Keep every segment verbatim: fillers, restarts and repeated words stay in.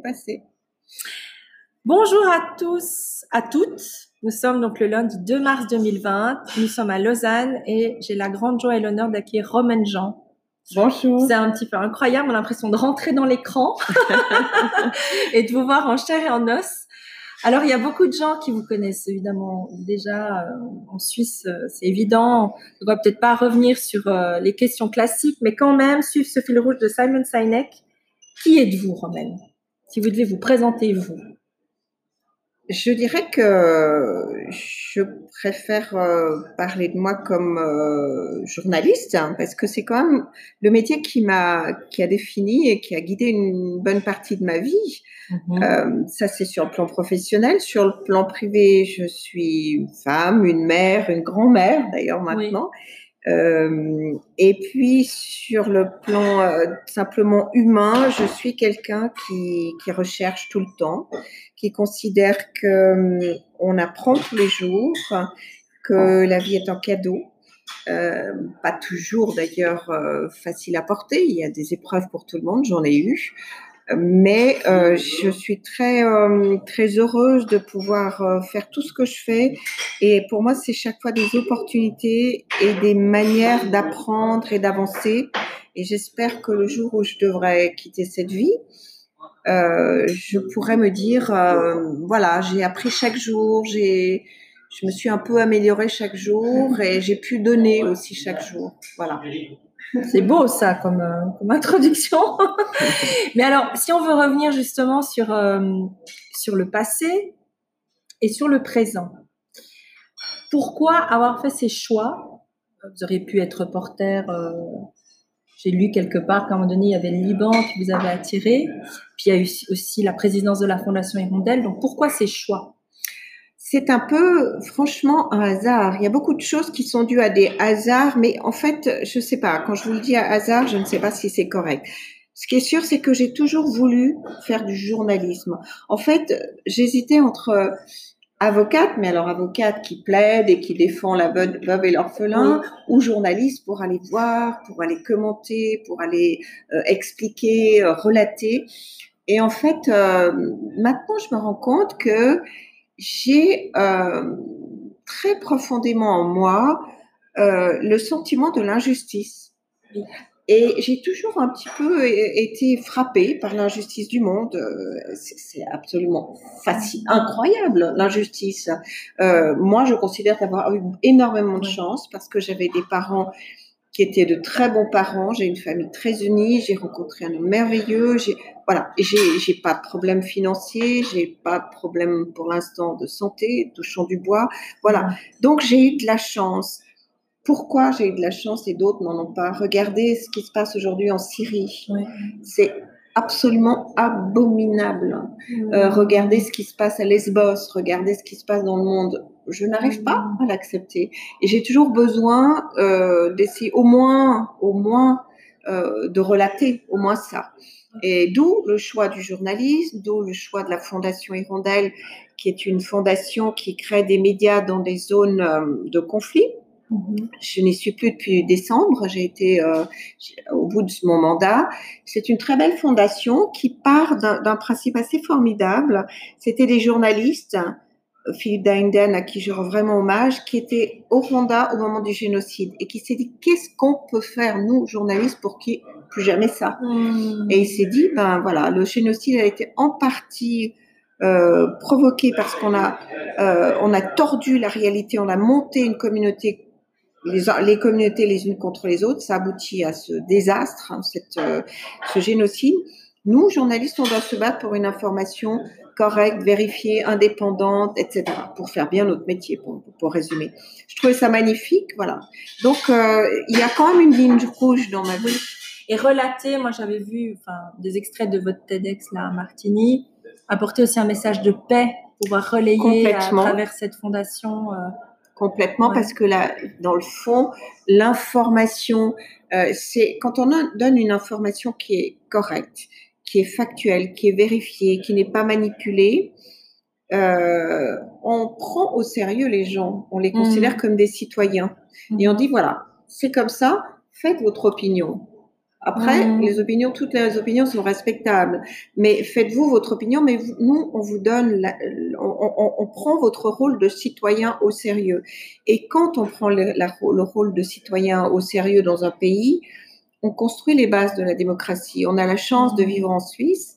passé. Bonjour à tous, à toutes. Nous sommes donc le lundi deux mars deux mille vingt. Nous sommes à Lausanne et j'ai la grande joie et l'honneur d'accueillir Romaine Jean. Bonjour. C'est un petit peu incroyable, on a l'impression de rentrer dans l'écran et de vous voir en chair et en os. Alors, il y a beaucoup de gens qui vous connaissent évidemment déjà euh, en Suisse, euh, c'est évident. On ne va peut-être pas revenir sur euh, les questions classiques, mais quand même suivre ce fil rouge de Simon Sinek. Qui êtes-vous, Romaine? Si vous devez vous présenter, vous. Je dirais que je préfère euh, parler de moi comme euh, journaliste, hein, parce que c'est quand même le métier qui m'a, qui a défini et qui a guidé une bonne partie de ma vie. Mm-hmm. Euh, ça, c'est sur le plan professionnel. Sur le plan privé, je suis une femme, une mère, une grand-mère d'ailleurs maintenant. Oui. Euh, et puis sur le plan euh, simplement humain, je suis quelqu'un qui, qui recherche tout le temps, qui considère que euh, on apprend tous les jours, que la vie est un cadeau, euh, pas toujours d'ailleurs euh, facile à porter. Il y a des épreuves pour tout le monde, j'en ai eu. Mais euh, je suis très euh, très heureuse de pouvoir euh, faire tout ce que je fais, et pour moi c'est chaque fois des opportunités et des manières d'apprendre et d'avancer, et j'espère que le jour où je devrais quitter cette vie, euh, je pourrais me dire euh, voilà, j'ai appris chaque jour, j'ai je me suis un peu améliorée chaque jour et j'ai pu donner aussi chaque jour. Voilà. C'est beau ça comme, euh, comme introduction. Mais alors, si on veut revenir justement sur, euh, sur le passé et sur le présent, pourquoi avoir fait ces choix? Vous auriez pu être reporter, euh, j'ai lu quelque part qu'à un moment donné, il y avait le Liban qui vous avait attiré, puis il y a eu aussi la présidence de la Fondation Hirondelle, donc pourquoi ces choix? C'est un peu, franchement, un hasard. Il y a beaucoup de choses qui sont dues à des hasards, mais en fait, je sais pas. Quand je vous le dis à hasard, je ne sais pas si c'est correct. Ce qui est sûr, c'est que j'ai toujours voulu faire du journalisme. En fait, j'hésitais entre avocate, mais alors avocate qui plaide et qui défend la veuve et l'orphelin, oui, ou journaliste pour aller voir, pour aller commenter, pour aller euh, expliquer, euh, relater. Et en fait, euh, maintenant, je me rends compte que j'ai euh, très profondément en moi euh, le sentiment de l'injustice. Et j'ai toujours un petit peu été frappée par l'injustice du monde. C'est, c'est absolument facile, incroyable, l'injustice. Euh, moi, je considère avoir eu énormément de chance parce que j'avais des parents qui étaient de très bons parents. J'ai une famille très unie. J'ai rencontré un homme merveilleux. J'ai, voilà, j'ai, j'ai pas de problème financier. J'ai pas de problème pour l'instant de santé, touchant du bois. Voilà. Donc, j'ai eu de la chance. Pourquoi j'ai eu de la chance et d'autres n'en ont pas? Regardez ce qui se passe aujourd'hui en Syrie. Oui. C'est absolument abominable. Mmh. Euh, regardez ce qui se passe à Lesbos. Regardez ce qui se passe dans le monde. Je n'arrive pas à l'accepter. Et j'ai toujours besoin euh, d'essayer au moins, au moins euh, de relater au moins ça. Et d'où le choix du journalisme, d'où le choix de la Fondation Hirondelle, qui est une fondation qui crée des médias dans des zones euh, de conflit. Je n'y suis plus depuis décembre, j'ai été euh, au bout de mon mandat. C'est une très belle fondation qui part d'un, d'un principe assez formidable. C'était des journalistes, Philippe Dainden, à qui je rends vraiment hommage, qui était au Rwanda au moment du génocide et qui s'est dit qu'est-ce qu'on peut faire, nous, journalistes, pour qu'il n'y ait plus jamais ça. Mmh. Et il s'est dit, ben voilà, le génocide a été en partie euh, provoqué parce qu'on a, euh, on a tordu la réalité, on a monté une communauté Les, les communautés les unes contre les autres, ça aboutit à ce désastre, hein, cette, euh, ce génocide. Nous, journalistes, on doit se battre pour une information correcte, vérifiée, indépendante, et cetera, pour faire bien notre métier, pour, pour résumer. Je trouvais ça magnifique, voilà. Donc, euh, il y a quand même une ligne rouge dans ma vie. Et relater, moi j'avais vu enfin, des extraits de votre TEDx là, à Martigny, apporter aussi un message de paix, pouvoir relayer à travers cette fondation... Euh, Complètement, ouais. Parce que là, dans le fond, l'information, euh, c'est quand on a, donne une information qui est correcte, qui est factuelle, qui est vérifiée, qui n'est pas manipulée, euh, on prend au sérieux les gens, on les considère mmh. comme des citoyens, mmh. et on dit voilà, c'est comme ça, faites votre opinion. Après, Mmh. les opinions, toutes les opinions sont respectables. Mais faites-vous votre opinion, mais vous, nous, on vous donne, la, on, on, on prend votre rôle de citoyen au sérieux. Et quand on prend le, la, le rôle de citoyen au sérieux dans un pays, on construit les bases de la démocratie. On a la chance de vivre en Suisse,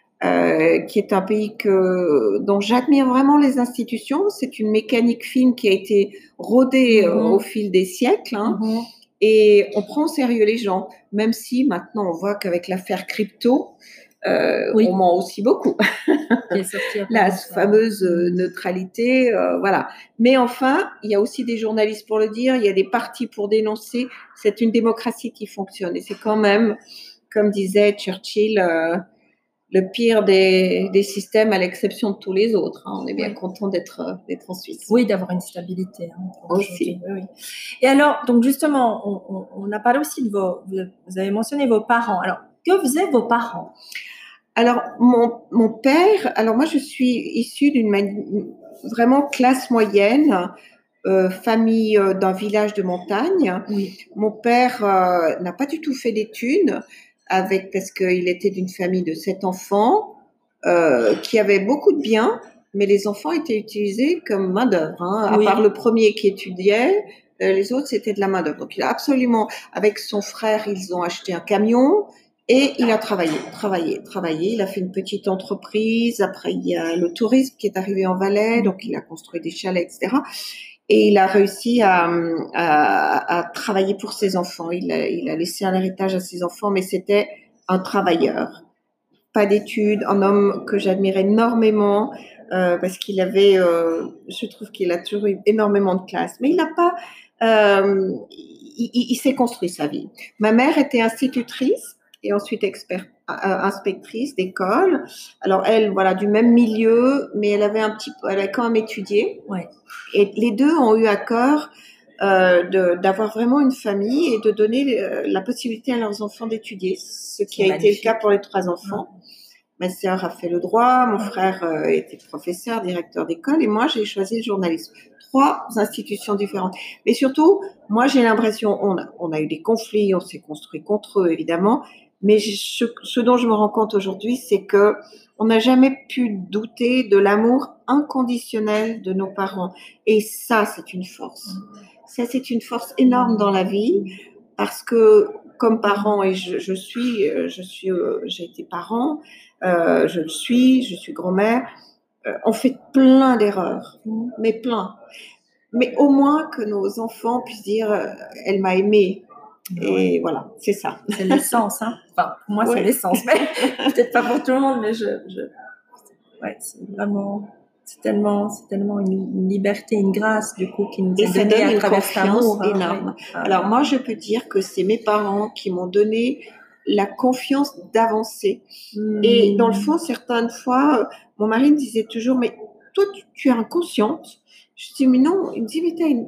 euh, qui est un pays que, dont j'admire vraiment les institutions. C'est une mécanique fine qui a été rodée Mmh. euh, au fil des siècles. Hein. Mmh. Et on prend au sérieux les gens, même si maintenant on voit qu'avec l'affaire crypto, euh, Oui. on ment aussi beaucoup. Qui est sorti après La ça. fameuse euh, neutralité, euh, voilà. Mais enfin, il y a aussi des journalistes pour le dire, il y a des partis pour dénoncer. C'est une démocratie qui fonctionne. Et c'est quand même, comme disait Churchill, euh, le pire des, des systèmes à l'exception de tous les autres. Hein. On est bien Oui. content d'être d'être en Suisse. Oui, d'avoir une stabilité. Hein, aussi. Oui, oui. Et alors, donc justement, on, on, on a parlé aussi de vos, vous avez mentionné vos parents. Alors, que faisaient vos parents? Alors, mon, mon père, alors moi je suis issue d'une mani- vraiment classe moyenne, euh, famille euh, d'un village de montagne. Oui. Mon père euh, n'a pas du tout fait d'études, avec, parce qu'il était d'une famille de sept enfants, euh, qui avait beaucoup de biens, mais les enfants étaient utilisés comme main-d'œuvre. Hein. À Oui. part le premier qui étudiait, euh, les autres c'était de la main-d'œuvre. Donc il a absolument, avec son frère, ils ont acheté un camion. Et il a travaillé, travaillé, travaillé. Il a fait une petite entreprise. Après, il y a le tourisme qui est arrivé en Valais, donc il a construit des chalets, et cetera. Et il a réussi à, à, à travailler pour ses enfants. Il a, il a laissé un héritage à ses enfants, mais c'était un travailleur. Pas d'études, un homme que j'admire énormément euh, parce qu'il avait, euh, je trouve qu'il a toujours eu énormément de classe. Mais il n'a pas, euh, il, il, il s'est construit sa vie. Ma mère était institutrice et ensuite expert, euh, inspectrice d'école. Alors elle, voilà, du même milieu, mais elle avait un petit, elle a quand même étudié. Ouais. Et les deux ont eu à cœur euh, de, d'avoir vraiment une famille et de donner euh, la possibilité à leurs enfants d'étudier, ce qui a magnifique. été le cas pour les trois enfants. Ouais. Ma sœur a fait le droit, mon frère euh, était professeur, directeur d'école, et moi j'ai choisi le journalisme. Trois institutions différentes. Mais surtout, moi j'ai l'impression, on a, on a eu des conflits, on s'est construit contre eux évidemment, mais ce, ce dont je me rends compte aujourd'hui, c'est que on n'a jamais pu douter de l'amour inconditionnel de nos parents. Et ça, c'est une force. Ça, c'est une force énorme dans la vie, parce que comme parent, et je, je suis, je suis, euh, j'ai été parent, euh, je le suis, je suis grand-mère, euh, on fait plein d'erreurs, mais plein. Mais au moins que nos enfants puissent dire, euh, elle m'a aimé. Et ouais. Voilà, c'est ça. C'est l'essence, hein. Enfin, pour moi, ouais. C'est l'essence, mais peut-être pas pour tout le monde, mais je, je... ouais, c'est vraiment, c'est tellement, c'est tellement une, une liberté, une grâce, du coup, qui nous est donnée à travers cet amour. Et ça donne une confiance énorme. Hein. Alors, moi, je peux dire que c'est mes parents qui m'ont donné la confiance d'avancer. Mmh. Et dans le fond, certaines fois, mon mari me disait toujours, mais toi, tu, tu es inconsciente. Je dis, mais non. Il me dit, mais t'as une...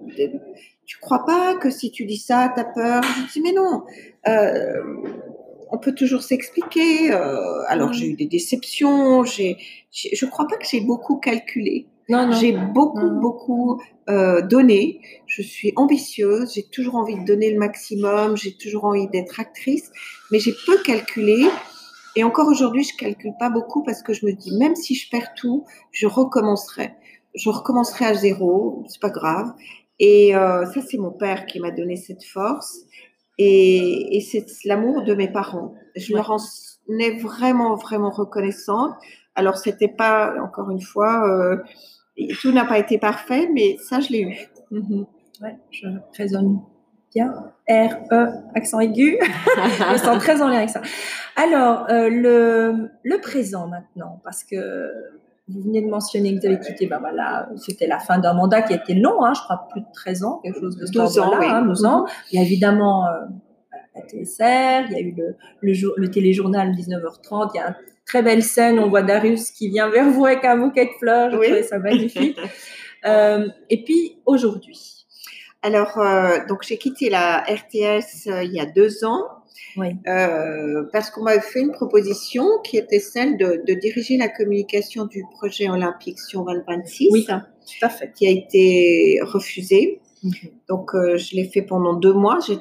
tu crois pas que si tu dis ça, t'as peur? Je dis, mais non. Euh, on peut toujours s'expliquer. Euh, alors, mmh. j'ai eu des déceptions. J'ai, j'ai, je crois pas que j'ai beaucoup calculé. Non, non. J'ai beaucoup, non. beaucoup euh, donné. Je suis ambitieuse. J'ai toujours envie de donner le maximum. J'ai toujours envie d'être actrice. Mais j'ai peu calculé. Et encore aujourd'hui, je calcule pas beaucoup parce que je me dis, même si je perds tout, je recommencerai. Je recommencerai à zéro. C'est pas grave. Et euh, ça, c'est mon père qui m'a donné cette force. Et, et c'est l'amour de mes parents. Je ouais. leur en ai vraiment, vraiment reconnaissante. Alors, c'était pas, encore une fois, euh, tout n'a pas été parfait, mais ça, je l'ai eu. Mm-hmm. Ouais, je résonne bien. R, E, accent aigu. Je me sens très en lien avec ça. Alors, euh, le, le présent maintenant, parce que vous venez de mentionner que vous avez quitté, ben voilà, c'était la fin d'un mandat qui a été long, hein, je crois plus de treize ans, quelque chose de ce douze ans, là, oui. hein, douze ans. Il y a évidemment euh, la T S R, il y a eu le, le, jour, le téléjournal dix-neuf heures trente, il y a une très belle scène, on voit Darius qui vient vers vous avec un bouquet de fleurs, je oui. trouvais ça magnifique. euh, et puis, aujourd'hui. Alors, euh, donc j'ai quitté la R T S euh, il y a deux ans. Oui. Euh, parce qu'on m'avait fait une proposition qui était celle de, de diriger la communication du projet olympique Sion vingt vingt-six, oui, tout à fait. qui a été refusée. Mm-hmm. Donc, euh, je l'ai fait pendant deux mois. J'étais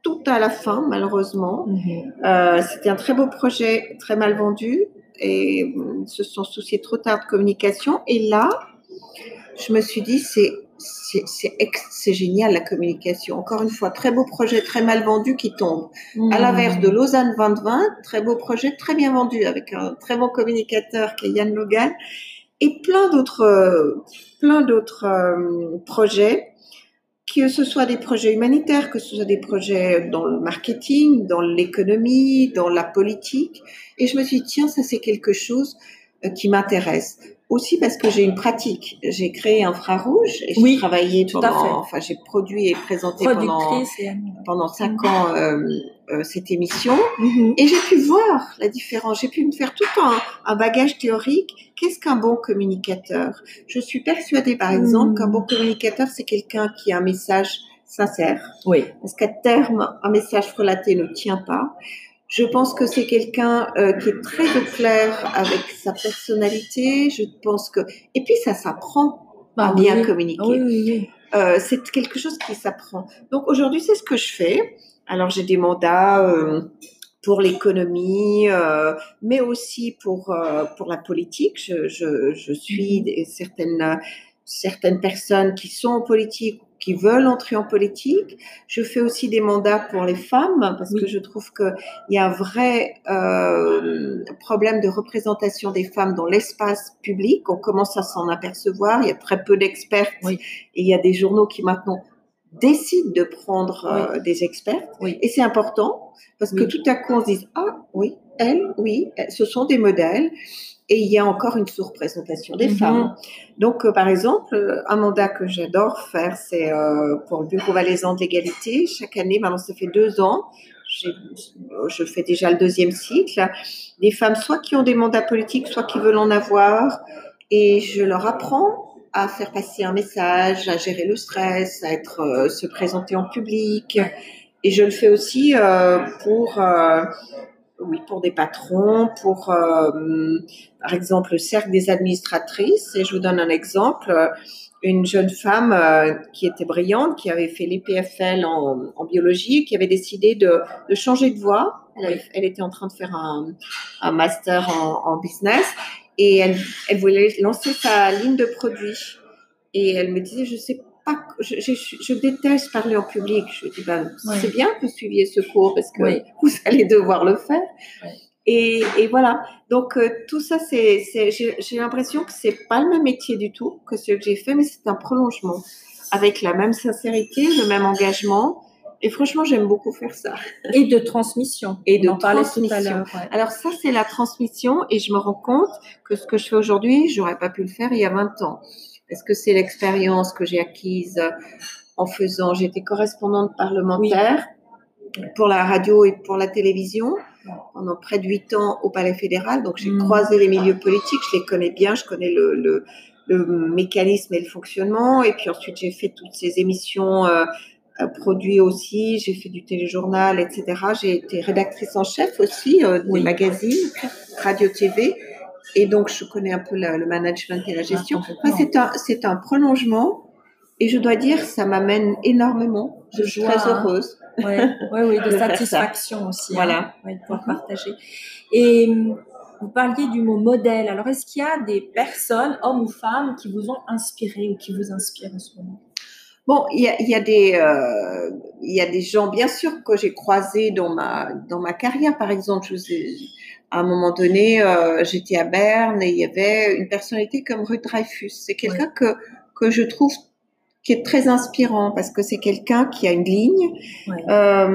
tout à la fin, malheureusement. Mhm. Euh, c'était un très beau projet, très mal vendu, et ils se sont souciés trop tard de communication. Et là, je me suis dit, c'est, c'est, c'est, ex- c'est génial la communication. Encore une fois, très beau projet, très mal vendu qui tombe. À l'inverse de Mhm. Lausanne vingt vingt, très beau projet, très bien vendu avec un très bon communicateur qui est Yann Logan, et plein d'autres, euh, plein d'autres euh, projets, que ce soit des projets humanitaires, que ce soit des projets dans le marketing, dans l'économie, dans la politique. Et je me suis dit, tiens, ça c'est quelque chose euh, qui m'intéresse. Aussi parce que j'ai une pratique. J'ai créé Infrarouge et j'ai Oui, travaillé tout à fait. pendant, enfin j'ai produit et présenté pendant, Productrice et pendant cinq Mhm. ans euh, euh, cette émission. Mhm. Et j'ai pu voir la différence. J'ai pu me faire tout un, un bagage théorique. Qu'est-ce qu'un bon communicateur? Je suis persuadée, par exemple, qu'un bon communicateur, c'est quelqu'un qui a un message sincère. Oui. Parce qu'à terme, un message frelaté ne tient pas. Je pense que c'est quelqu'un euh, qui est très au clair avec sa personnalité. Je pense que et puis ça s'apprend Bah à oui. bien communiquer. Ah oui, oui, oui. Euh, c'est quelque chose qui s'apprend. Donc aujourd'hui, c'est ce que je fais. Alors j'ai des mandats euh, pour l'économie, euh, mais aussi pour euh, pour la politique. Je, je, je suis des, certaines certaines personnes qui sont en politique, qui veulent entrer en politique. Je fais aussi des mandats pour les femmes parce Oui. que je trouve que il y a un vrai euh, problème de représentation des femmes dans l'espace public. On commence à s'en apercevoir. Il y a très peu d'expertes Oui. et il y a des journaux qui maintenant décident de prendre euh, Oui. des expertes. Oui. Et c'est important parce que Oui. tout à coup on se dit ah oui, elles, oui, ce sont des modèles. Et il y a encore une sous-représentation des Mhm. femmes. Donc, euh, par exemple, un mandat que j'adore faire, c'est euh, pour le Bureau valaisan de l'égalité. Chaque année, maintenant ça fait deux ans, j'ai, je fais déjà le deuxième cycle. Des femmes, soit qui ont des mandats politiques, soit qui veulent en avoir. Et je leur apprends à faire passer un message, à gérer le stress, à être, euh, se présenter en public. Ouais. Et je le fais aussi euh, pour... Euh, oui, pour des patrons, pour, euh, par exemple, le cercle des administratrices. Et je vous donne un exemple. Une jeune femme euh, qui était brillante, qui avait fait l'E P F L en, en biologie, qui avait décidé de, de changer de voie. Elle, avait, elle était en train de faire un, un master en, en business et elle, elle voulait lancer sa ligne de produits. Et elle me disait, je sais pas, je, je, je déteste parler en public. Je lui dis, ben, Ouais. c'est bien que vous suiviez ce cours parce que Oui. vous allez devoir le faire. Ouais. Et, et voilà. Donc, euh, tout ça, c'est, c'est, j'ai, j'ai l'impression que c'est pas le même métier du tout que ce que j'ai fait, mais c'est un prolongement avec la même sincérité, le même engagement. Et franchement, j'aime beaucoup faire ça. Et de transmission. Et On de en parlait transmission. tout à l'heure. Ouais. Alors ça, c'est la transmission et je me rends compte que ce que je fais aujourd'hui, j'aurais pas pu le faire il y a vingt ans. Parce que c'est l'expérience que j'ai acquise en faisant, j'étais correspondante parlementaire oui. pour la radio et pour la télévision pendant près de huit ans au Palais fédéral. Donc j'ai mmh. croisé les milieux politiques, je les connais bien, je connais le, le, le mécanisme et le fonctionnement. Et puis ensuite, j'ai fait toutes ces émissions euh, produits aussi, j'ai fait du téléjournal, et cetera. J'ai été rédactrice en chef aussi euh, des oui. magazines, radio-T V. Et donc, je connais un peu la, le management et la gestion. Enfin, c'est un, c'est un prolongement. Et je dois dire, ça m'amène énormément. Je, je suis joie, très heureuse. Oui, oui, oui, de, de satisfaction aussi. Voilà. Hein, ouais, de pouvoir mm-hmm. partager. Et vous parliez du mot modèle. Alors, est-ce qu'il y a des personnes, hommes ou femmes, qui vous ont inspiré ou qui vous inspirent en ce moment? Bon, il y a, il y a des, euh, il y a des gens, bien sûr, que j'ai croisés dans ma, dans ma carrière. Par exemple, je vous ai, à un moment donné, euh, j'étais à Berne et il y avait une personnalité comme Ruth Dreyfus. C'est quelqu'un ouais. que, que je trouve qui est très inspirant parce que c'est quelqu'un qui a une ligne. Ouais.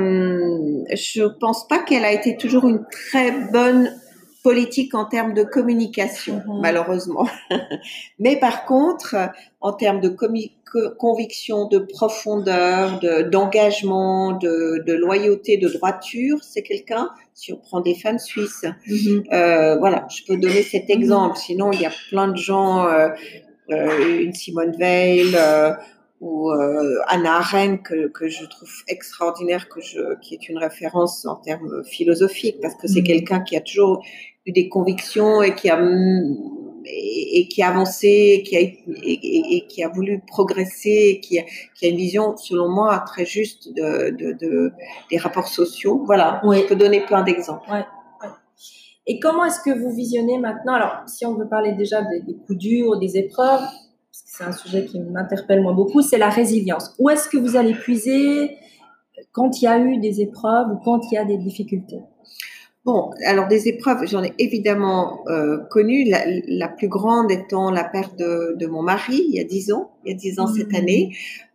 Euh, je pense pas qu'elle a été toujours une très bonne politique en termes de communication, mmh. malheureusement. Mais par contre, en termes de commi- conviction, de profondeur, de, d'engagement, de, de loyauté, de droiture, c'est quelqu'un, si on prend des femmes suisses, mmh. euh, voilà, je peux donner cet exemple. Mmh. Sinon, il y a plein de gens, euh, euh, une Simone Veil, euh, ou euh, Hannah Arendt que, que je trouve extraordinaire, que je, qui est une référence en termes philosophiques, parce que c'est mmh. quelqu'un qui a toujours eu des convictions et qui a et, et qui a avancé, qui a, et, et, et qui a voulu progresser, qui a, qui a une vision, selon moi, très juste de, de, de des rapports sociaux. Voilà, Oui. je peux donner plein d'exemples. Ouais, ouais. Et comment est-ce que vous visionnez maintenant, alors si on veut parler déjà des, des coups durs, des épreuves, parce que c'est un sujet qui m'interpelle moi beaucoup, c'est la résilience. Où est-ce que vous allez puiser quand il y a eu des épreuves ou quand il y a des difficultés? Bon, alors des épreuves, j'en ai évidemment euh, connu, la, la plus grande étant la perte de, de mon mari il y a dix ans, il y a dix ans cette année,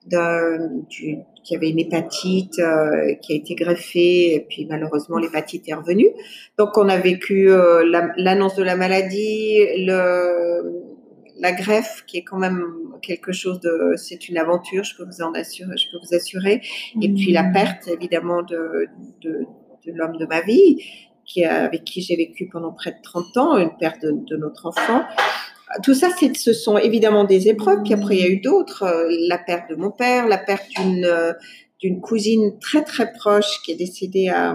de, du, qui avait une hépatite, euh, qui a été greffée, et puis malheureusement l'hépatite est revenue. Donc on a vécu euh, la, l'annonce de la maladie, le, la greffe qui est quand même quelque chose de, c'est une aventure, je peux vous en assurer, je peux vous assurer. Et puis la perte évidemment de, de, de l'homme de ma vie, qui, avec qui j'ai vécu pendant près de trente ans, une perte de, de notre enfant. Tout ça, c'est, ce sont évidemment des épreuves. Puis après, il y a eu d'autres. Euh, la perte de mon père, la perte d'une, euh, d'une cousine très, très proche qui est décédée à,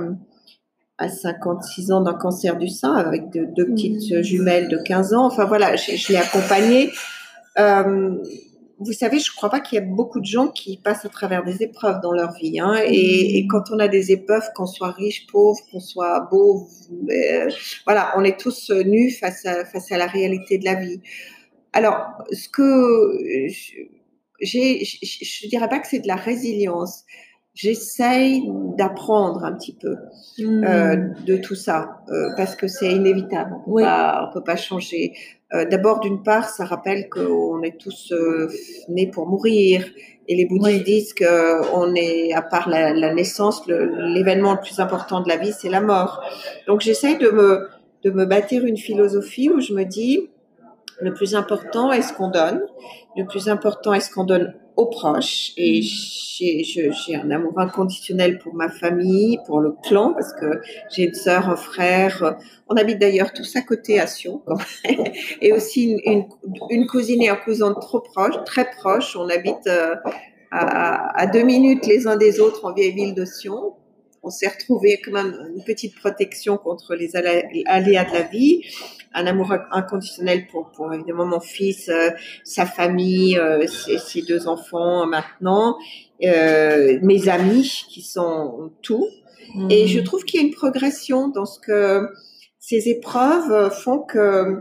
à cinquante-six ans d'un cancer du sein avec de, deux petites jumelles de quinze ans. Enfin, voilà, je, je l'ai accompagnée. Euh, vous savez, je ne crois pas qu'il y a beaucoup de gens qui passent à travers des épreuves dans leur vie. Hein, et, et quand on a des épreuves, qu'on soit riche, pauvre, qu'on soit beau, euh, voilà, on est tous nus face à, face à la réalité de la vie. Alors, ce que j'ai, je ne dirais pas que c'est de la résilience. J'essaye d'apprendre un petit peu mmh. euh, de tout ça euh, parce que c'est inévitable. On peut oui. pas, on peut pas changer. Euh, d'abord, d'une part, ça rappelle qu'on est tous euh, nés pour mourir. Et les bouddhistes oui. disent qu'on est, à part la, la naissance, le, l'événement le plus important de la vie, c'est la mort. Donc, j'essaye de me, de me bâtir une philosophie où je me dis, le plus important est ce qu'on donne. Le plus important est ce qu'on donne aux proches. Et j'ai, je, j'ai un amour inconditionnel pour ma famille, pour le clan, parce que j'ai une sœur, un frère. On habite d'ailleurs tous à côté à Sion. Et aussi une, une, une cousine et un cousin trop proches, très proches. On habite euh, à, à deux minutes les uns des autres en vieille ville de Sion. On s'est retrouvés quand même une petite protection contre les aléas de la vie, un amour inconditionnel pour, pour évidemment mon fils, euh, sa famille, euh, ses, ses deux enfants maintenant, euh, mes amis qui sont tout. Mmh. Et je trouve qu'il y a une progression dans ce que ces épreuves font que euh,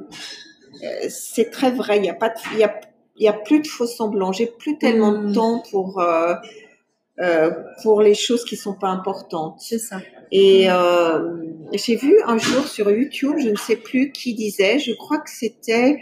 c'est très vrai. Il y a pas, de, il y a, il y a plus de faux semblants. J'ai plus tellement mmh. de temps pour euh, Euh, pour les choses qui sont pas importantes. C'est ça. Et euh, j'ai vu un jour sur YouTube, je ne sais plus qui disait, je crois que c'était,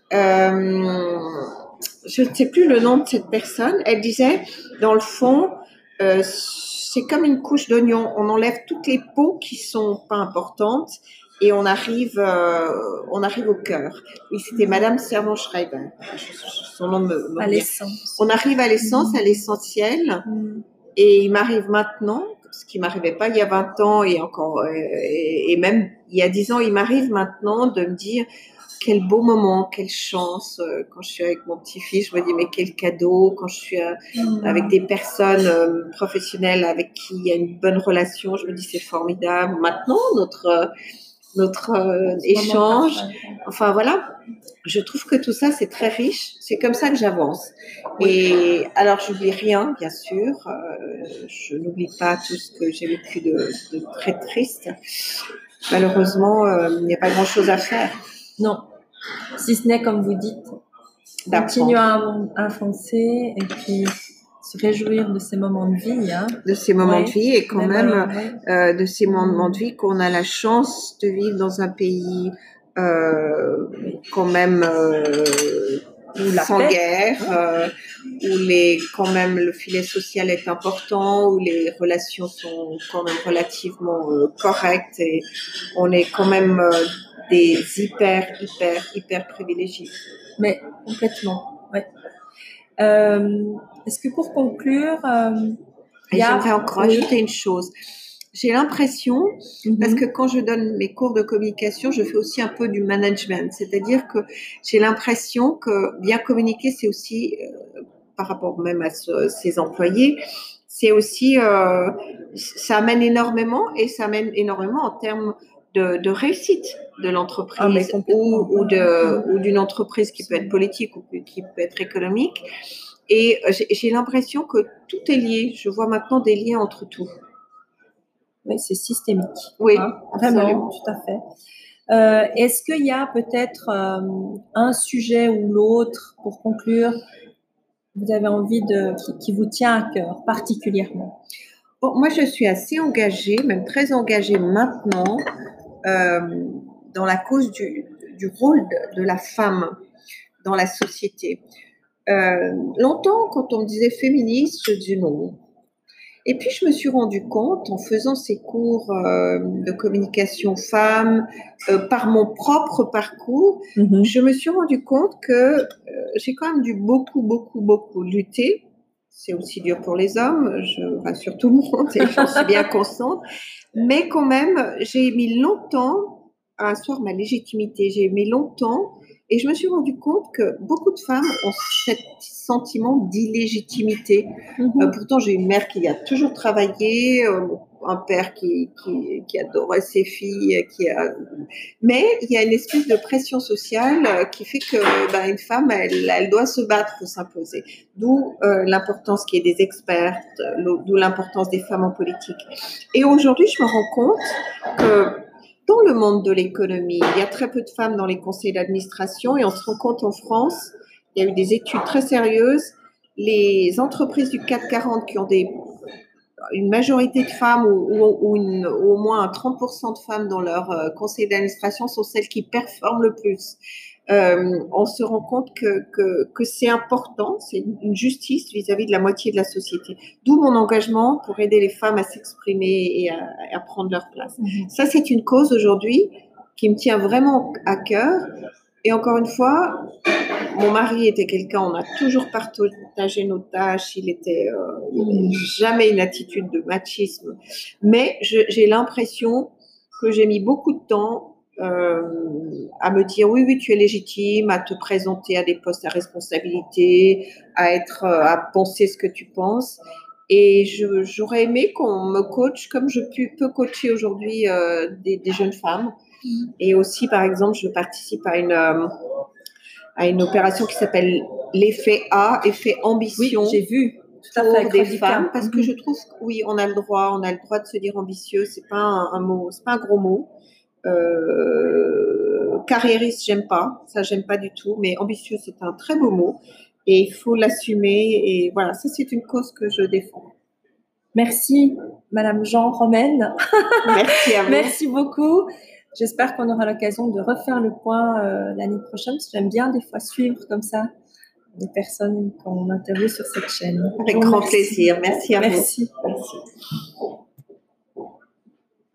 euh, je ne sais plus le nom de cette personne, elle disait, dans le fond, euh, c'est comme une couche d'oignon, on enlève toutes les peaux qui sont pas importantes et on arrive, euh, on arrive au cœur. Oui, c'était Madame Servan-Schreiber. Son nom me, me à l'essence. On arrive à l'essence, mmh. à l'essentiel. Mmh. Et il m'arrive maintenant, ce qui m'arrivait pas il y a vingt ans et encore, et, et même il y a dix ans, il m'arrive maintenant de me dire quel beau moment, quelle chance. Quand je suis avec mon petit-fils, je me dis mais quel cadeau. Quand je suis mmh. avec des personnes euh, professionnelles avec qui il y a une bonne relation, je me dis c'est formidable. Maintenant, notre notre euh, échange. Enfin voilà, je trouve que tout ça c'est très riche. C'est comme ça que j'avance. Oui. Et alors j'oublie rien, bien sûr. Euh, je n'oublie pas tout ce que j'ai vécu de, de très triste. Malheureusement, euh, il n'y a pas grand-chose à faire. Non, si ce n'est comme vous dites, continuer à avancer et puis se réjouir de ces moments de vie. Hein. De ces moments ouais. de vie et quand même, même ouais. euh, de ces moments de vie qu'on a la chance de vivre dans un pays euh, quand même euh, où la sans paix. guerre, euh, où les, quand même le filet social est important, où les relations sont quand même relativement euh, correctes et on est quand même euh, des hyper, hyper, hyper privilégiés. Mais complètement, ouais. Euh, est-ce que pour conclure, euh, et j'aimerais encore oui. ajouter une chose. J'ai l'impression, mm-hmm. parce que quand je donne mes cours de communication, je fais aussi un peu du management. C'est-à-dire que j'ai l'impression que bien communiquer, c'est aussi, euh, par rapport même à ce, ses employés, c'est aussi, euh, ça amène énormément et ça amène énormément en termes de, de réussite de l'entreprise Ah, ou, ou, de, ou d'une entreprise qui peut être politique ou qui peut être économique. Et j'ai, j'ai l'impression que tout est lié. Je vois maintenant des liens entre tout. Oui, c'est systémique. Oui, hein, vraiment, tout à fait. Euh, est-ce qu'il y a peut-être euh, un sujet ou l'autre, pour conclure, vous avez envie de, qui, qui vous tient à cœur particulièrement? Bon, moi, je suis assez engagée, même très engagée maintenant, euh, dans la cause du, du rôle de, de la femme dans la société. Euh, longtemps, quand on me disait féministe, je disais non. Et puis, je me suis rendu compte, en faisant ces cours euh, de communication femmes, euh, par mon propre parcours, mm-hmm. je me suis rendu compte que euh, j'ai quand même dû beaucoup, beaucoup, beaucoup lutter. C'est aussi dur pour les hommes, je rassure tout le monde et j'en suis bien consciente. Mais quand même, j'ai mis longtemps à asseoir ma légitimité. J'ai mis longtemps et je me suis rendu compte que beaucoup de femmes ont ce sentiment d'illégitimité. Mm-hmm. Euh, pourtant, j'ai une mère qui a toujours travaillé, euh, un père qui, qui, qui adorait ses filles, qui a... mais il y a une espèce de pression sociale qui fait que ben, une femme, elle, elle doit se battre pour s'imposer. D'où euh, l'importance qu'il y ait des expertes, d'où l'importance des femmes en politique. Et aujourd'hui, je me rends compte que dans le monde de l'économie, il y a très peu de femmes dans les conseils d'administration et on se rend compte en France, il y a eu des études très sérieuses, les entreprises du C A C quarante qui ont des, une majorité de femmes ou, ou, ou, une, ou au moins trente pour cent de femmes dans leur euh, conseil d'administration sont celles qui performent le plus. Euh, on se rend compte que, que, que c'est important, c'est une justice vis-à-vis de la moitié de la société. D'où mon engagement pour aider les femmes à s'exprimer et à, à prendre leur place. Mmh. Ça, c'est une cause aujourd'hui qui me tient vraiment à cœur. Et encore une fois, mon mari était quelqu'un, on a toujours partagé nos tâches, il était euh, il jamais une attitude de machisme. Mais je, j'ai l'impression que j'ai mis beaucoup de temps Euh, à me dire oui, oui, tu es légitime, à te présenter à des postes à responsabilité, à être, à penser ce que tu penses. Et je, j'aurais aimé qu'on me coach comme je peux coacher aujourd'hui euh, des, des jeunes femmes. Et aussi, par exemple, je participe à une, euh, à une opération qui s'appelle l'effet A, effet ambition. Oui, j'ai vu. Tout à fait, pour des femmes, parce que je trouve que oui, on a le droit, on a le droit de se dire ambitieux. C'est pas un, un mot, c'est pas un gros mot. Euh, carriériste, j'aime pas, ça j'aime pas du tout, mais ambitieux, c'est un très beau mot et il faut l'assumer et voilà, ça c'est une cause que je défends. Merci Madame Jean Romaine. Merci à vous. Merci beaucoup. J'espère qu'on aura l'occasion de refaire le point euh, l'année prochaine, parce que j'aime bien des fois suivre comme ça les personnes qu'on interviewe sur cette chaîne. Avec grand plaisir. Merci à Merci. vous. Merci.